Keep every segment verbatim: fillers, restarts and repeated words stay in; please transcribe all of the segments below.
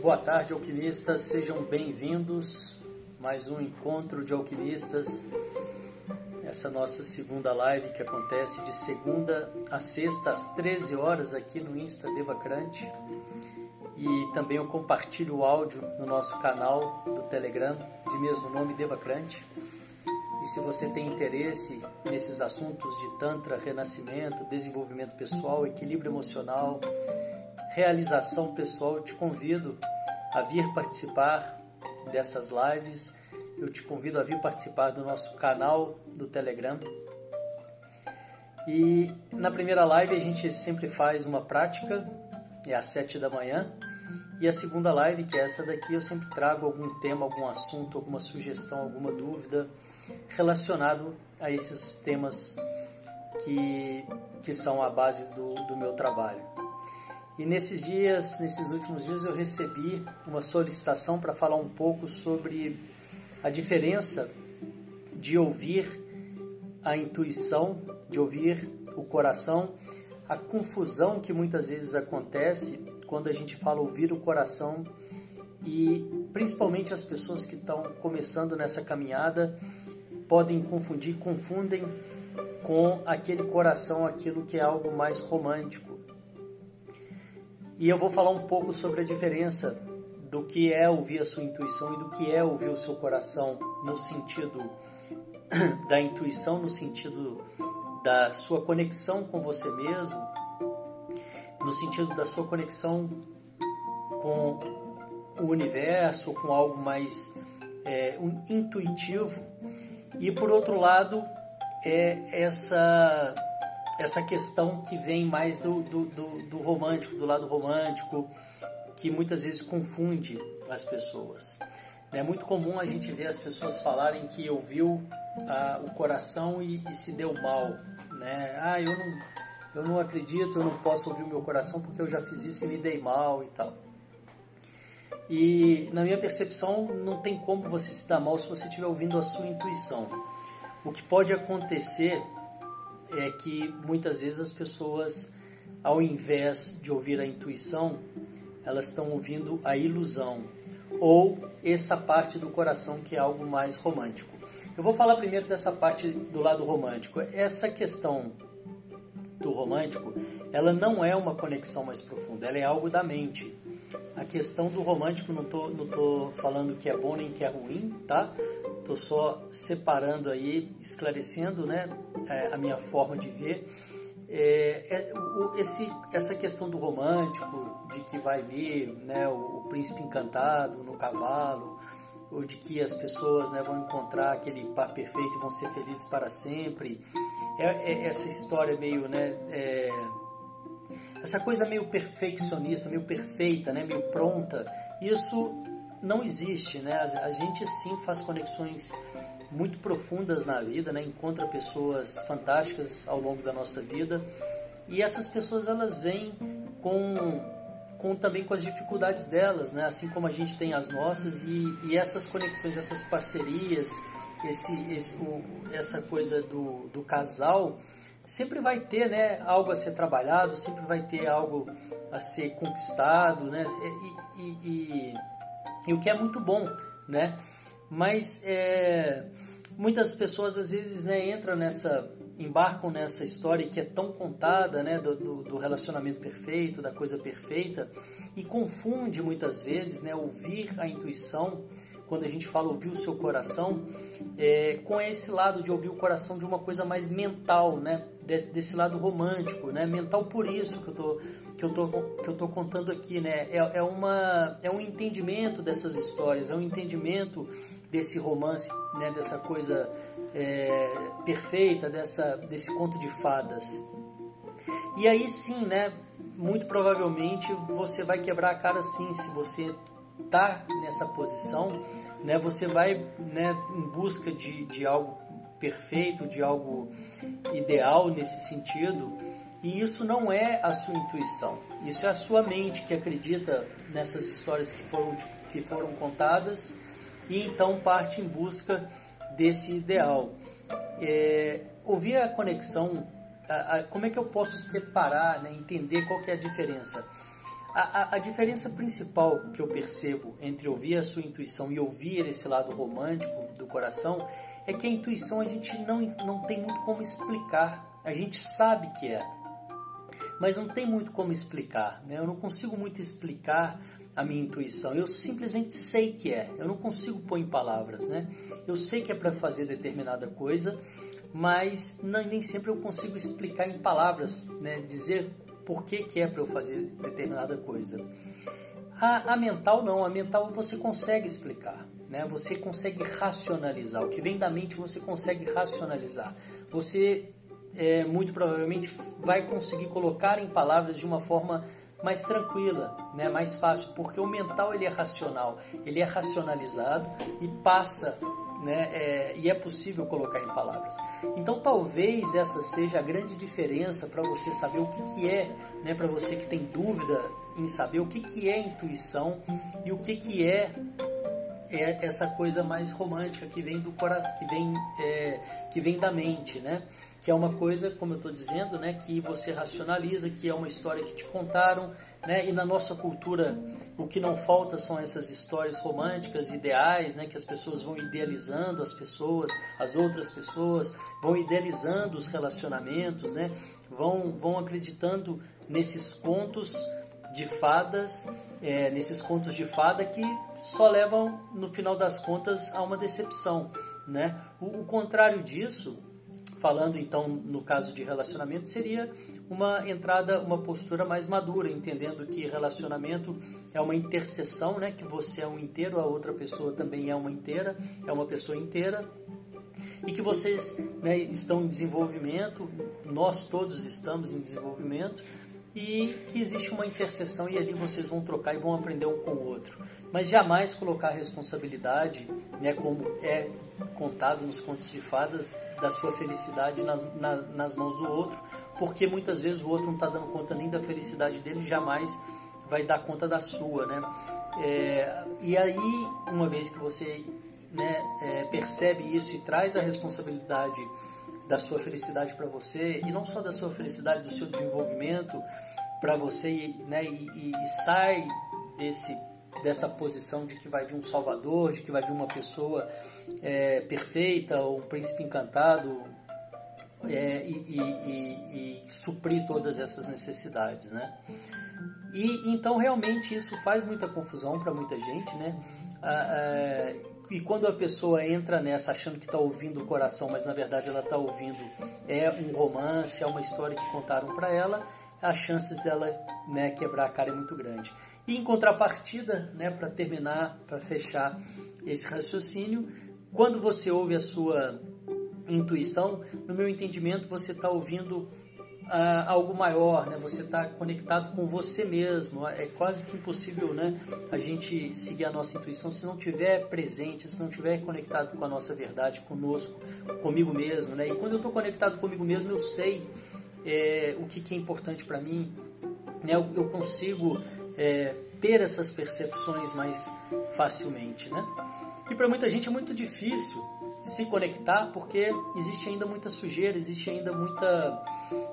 Boa tarde, alquimistas, sejam bem-vindos. Mais um encontro de alquimistas. Essa nossa segunda live que acontece de segunda a sexta às treze horas aqui no Insta Devacrante. E também eu compartilho o áudio no nosso canal do Telegram, de mesmo nome, Devacrante. E se você tem interesse nesses assuntos de Tantra, renascimento, desenvolvimento pessoal, equilíbrio emocional, realização pessoal, eu te convido a vir participar dessas lives. Eu te convido a vir participar do nosso canal do Telegram. E na primeira live a gente sempre faz uma prática, é às sete da manhã. E a segunda live, que é essa daqui, eu sempre trago algum tema, algum assunto, alguma sugestão, alguma dúvida relacionado a esses temas que, que são a base do, do meu trabalho. E nesses dias, nesses últimos dias, eu recebi uma solicitação para falar um pouco sobre a diferença de ouvir a intuição, de ouvir o coração, a confusão que muitas vezes acontece quando a gente fala ouvir o coração, e principalmente as pessoas que estão começando nessa caminhada podem confundir, confundem com aquele coração, aquilo que é algo mais romântico. E eu vou falar um pouco sobre a diferença do que é ouvir a sua intuição e do que é ouvir o seu coração, no sentido da intuição, no sentido da sua conexão com você mesmo, no sentido da sua conexão com o universo, com algo mais é, um, intuitivo. E por outro lado, é essa... essa questão que vem mais do, do, do, do romântico, do lado romântico, que muitas vezes confunde as pessoas. É muito comum a gente ver as pessoas falarem que ouviu ah, o coração e, e se deu mal, né? Ah, eu não, eu não acredito, eu não posso ouvir o meu coração porque eu já fiz isso e me dei mal e tal. E na minha percepção, não tem como você se dar mal se você estiver ouvindo a sua intuição. O que pode acontecer é que muitas vezes as pessoas, ao invés de ouvir a intuição, elas estão ouvindo a ilusão, ou essa parte do coração que é algo mais romântico. Eu vou falar primeiro dessa parte do lado romântico. Essa questão do romântico, ela não é uma conexão mais profunda, ela é algo da mente. A questão do romântico, não tô, não tô falando que é bom nem que é ruim, tá? Estou só separando aí, esclarecendo, né, a minha forma de ver. É, é, o, esse, essa questão do romântico, de que vai vir, né, o, o príncipe encantado no cavalo, ou de que as pessoas, né, vão encontrar aquele par perfeito e vão ser felizes para sempre. É, é essa história meio, né, é, essa coisa meio perfeccionista, meio perfeita, né, meio pronta. Isso não existe, né? A gente sim faz conexões muito profundas na vida, né? Encontra pessoas fantásticas ao longo da nossa vida, e essas pessoas elas vêm com, com também com as dificuldades delas, né? Assim como a gente tem as nossas, e, e essas conexões, essas parcerias, esse, esse, o, essa coisa do, do casal sempre vai ter, né, algo a ser trabalhado, sempre vai ter algo a ser conquistado, né? E, e, e E o que é muito bom, né? Mas é, muitas pessoas às vezes, né, entram nessa, embarcam nessa história que é tão contada, né, do, do, do relacionamento perfeito, da coisa perfeita, e confunde muitas vezes, né, ouvir a intuição, quando a gente fala ouvir o seu coração, é, com esse lado de ouvir o coração de uma coisa mais mental, né? Desse, desse lado romântico, né? Mental por isso que eu tô que eu tô que eu tô contando aqui, né? É, é uma é um entendimento dessas histórias, é um entendimento desse romance, né? Dessa coisa é, perfeita, dessa desse conto de fadas. E aí sim, né? Muito provavelmente você vai quebrar a cara sim, se você tá nessa posição, né? Você vai, né, em busca de, de algo perfeito, de algo ideal nesse sentido, e isso não é a sua intuição, isso é a sua mente que acredita nessas histórias que foram, que foram contadas, e então parte em busca desse ideal. É, ouvir a conexão, a, a, como é que eu posso separar, né, entender qual que é a diferença? A, a, a diferença principal que eu percebo entre ouvir a sua intuição e ouvir esse lado romântico do coração é que a intuição a gente não, não tem muito como explicar. A gente sabe que é, mas não tem muito como explicar, né? Eu não consigo muito explicar a minha intuição. Eu simplesmente sei que é. Eu não consigo pôr em palavras, né? Eu sei que é para fazer determinada coisa, mas não, nem sempre eu consigo explicar em palavras, né? Dizer por que, que é para eu fazer determinada coisa. A, a mental não, a mental você consegue explicar, né? Você consegue racionalizar. O que vem da mente você consegue racionalizar. Você é, muito provavelmente vai conseguir colocar em palavras de uma forma mais tranquila, né? Mais fácil, porque o mental ele é racional, ele é racionalizado e passa, né? É, e é possível colocar em palavras. Então talvez essa seja a grande diferença para você saber o que, que é, né? Para você que tem dúvida em saber o que, que é intuição e o que, que é, é essa coisa mais romântica que vem do coração, que vem, é, que vem da mente, né? Que é uma coisa, como eu estou dizendo, né, que você racionaliza, que é uma história que te contaram, né, e na nossa cultura o que não falta são essas histórias românticas, ideais, né, que as pessoas vão idealizando as pessoas, as outras pessoas, vão idealizando os relacionamentos, né, vão, vão acreditando nesses contos de fadas, é, nesses contos de fada que só levam, no final das contas, a uma decepção, né? O, o contrário disso, falando então no caso de relacionamento, seria uma entrada, uma postura mais madura, entendendo que relacionamento é uma interseção, né? Que você é um inteiro, a outra pessoa também é uma inteira, é uma pessoa inteira, e que vocês, né, estão em desenvolvimento, nós todos estamos em desenvolvimento, e que existe uma interseção e ali vocês vão trocar e vão aprender um com o outro. Mas jamais colocar a responsabilidade, né, como é contado nos contos de fadas, da sua felicidade nas, na, nas mãos do outro, porque muitas vezes o outro não está dando conta nem da felicidade dele, jamais vai dar conta da sua, né? É, e aí, uma vez que você, né, é, percebe isso e traz a responsabilidade da sua felicidade para você, e não só da sua felicidade, do seu desenvolvimento para você, né, e, e, e sai desse, dessa posição de que vai vir um salvador, de que vai vir uma pessoa é, perfeita, ou um príncipe encantado, é, e, e, e, e suprir todas essas necessidades, né? E então realmente isso faz muita confusão para muita gente, né? Ah, ah, e quando a pessoa entra nessa achando que está ouvindo o coração, mas na verdade ela está ouvindo é um romance, é uma história que contaram para ela, as chances dela, né, quebrar a cara é muito grande. E em contrapartida, né, para terminar, para fechar esse raciocínio, quando você ouve a sua intuição, no meu entendimento você está ouvindo ah, algo maior, né? Você está conectado com você mesmo. É quase que impossível, né, a gente seguir a nossa intuição se não estiver presente, se não estiver conectado com a nossa verdade, conosco, comigo mesmo, né? E quando eu estou conectado comigo mesmo, eu sei é, o que, que é importante para mim, né? Eu, eu consigo é, ter essas percepções mais facilmente, né? E para muita gente é muito difícil se conectar porque existe ainda muita sujeira, existe ainda muita,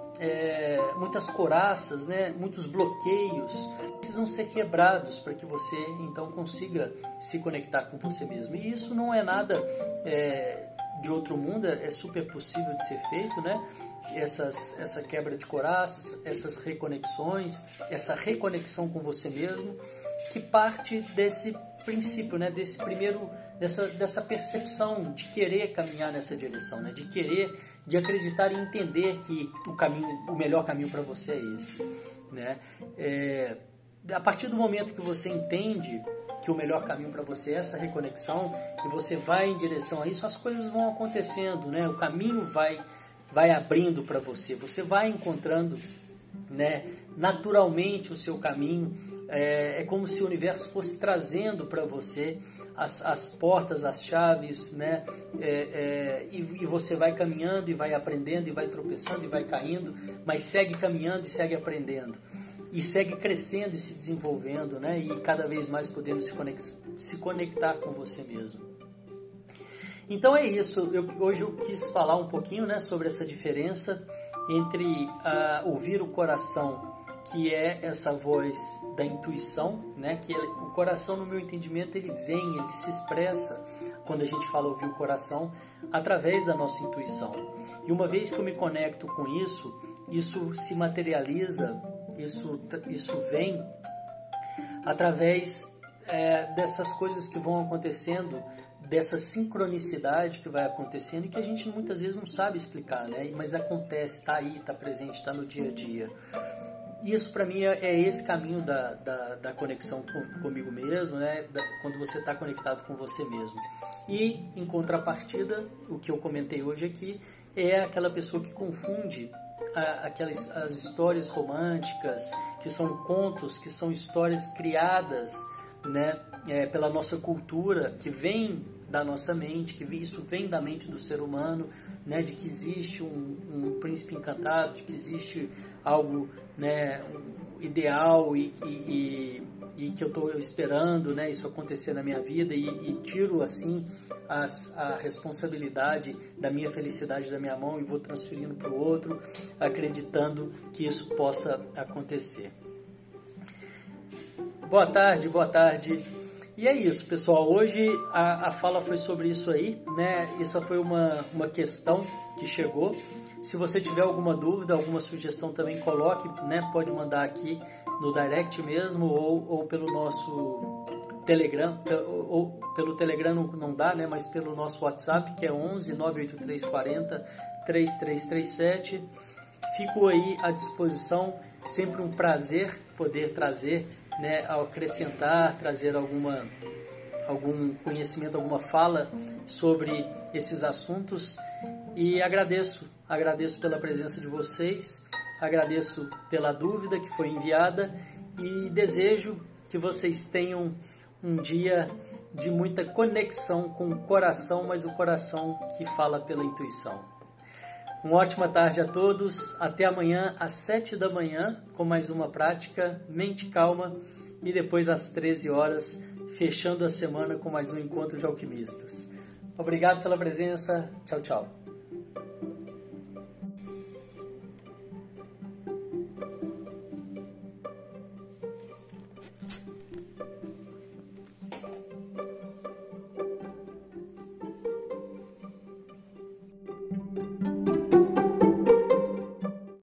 é, muitas coraças, né? Muitos bloqueios precisam ser quebrados para que você então consiga se conectar com você mesmo. E isso não é nada é, de outro mundo, é super possível de ser feito, né? Essas, essa quebra de coraças, essas reconexões, essa reconexão com você mesmo, que parte desse princípio, né? Desse primeiro, dessa, dessa percepção de querer caminhar nessa direção, né? De querer, de acreditar e entender que o caminho, o melhor caminho para você é esse, né? É, a partir do momento que você entende que o melhor caminho para você é essa reconexão e você vai em direção a isso, as coisas vão acontecendo, né? O caminho vai vai abrindo para você, você vai encontrando, né, naturalmente o seu caminho. É, é como se o universo fosse trazendo para você as, as portas, as chaves, né? É, é, e, e você vai caminhando e vai aprendendo e vai tropeçando e vai caindo, mas segue caminhando e segue aprendendo. E segue crescendo e se desenvolvendo, né? E cada vez mais podendo se conectar, se conectar com você mesmo. Então é isso. Eu, hoje eu quis falar um pouquinho, né, sobre essa diferença entre uh, ouvir o coração que é essa voz da intuição, né? Que ele, o coração, no meu entendimento, ele vem, ele se expressa quando a gente fala ouvir o coração através da nossa intuição. E uma vez que eu me conecto com isso, isso se materializa, isso, isso vem através é, dessas coisas que vão acontecendo, dessa sincronicidade que vai acontecendo e que a gente muitas vezes não sabe explicar, né? Mas acontece, está aí, está presente, está no dia a dia. Isso para mim é esse caminho da, da, da conexão com, comigo mesmo, né? Da, quando você está conectado com você mesmo. E em contrapartida, o que eu comentei hoje aqui é aquela pessoa que confunde a, aquelas as histórias românticas, que são contos, que são histórias criadas, né? É, pela nossa cultura, que vem da nossa mente, que isso vem da mente do ser humano, né? De que existe um, um príncipe encantado, de que existe algo, né, um ideal e, e, e que eu estou esperando, né, isso acontecer na minha vida e, e tiro assim as, a responsabilidade da minha felicidade da minha mão e vou transferindo para o outro, acreditando que isso possa acontecer. Boa tarde, boa tarde. E é isso, pessoal. Hoje a, a fala foi sobre isso aí, né? Isso foi uma, uma questão que chegou. Se você tiver alguma dúvida, alguma sugestão também coloque, né? Pode mandar aqui no direct mesmo ou, ou pelo nosso Telegram, ou, ou pelo Telegram não, não dá, né? Mas pelo nosso WhatsApp, que é onze nove oito três quatro zero três três três sete. Fico aí à disposição, sempre um prazer poder trazer, né? Acrescentar, trazer alguma, algum conhecimento, alguma fala sobre esses assuntos. E agradeço, agradeço pela presença de vocês, agradeço pela dúvida que foi enviada e desejo que vocês tenham um dia de muita conexão com o coração, mas o coração que fala pela intuição. Uma ótima tarde a todos, até amanhã às sete da manhã com mais uma prática Mente Calma e depois às treze horas, fechando a semana com mais um encontro de alquimistas. Obrigado pela presença, tchau, tchau.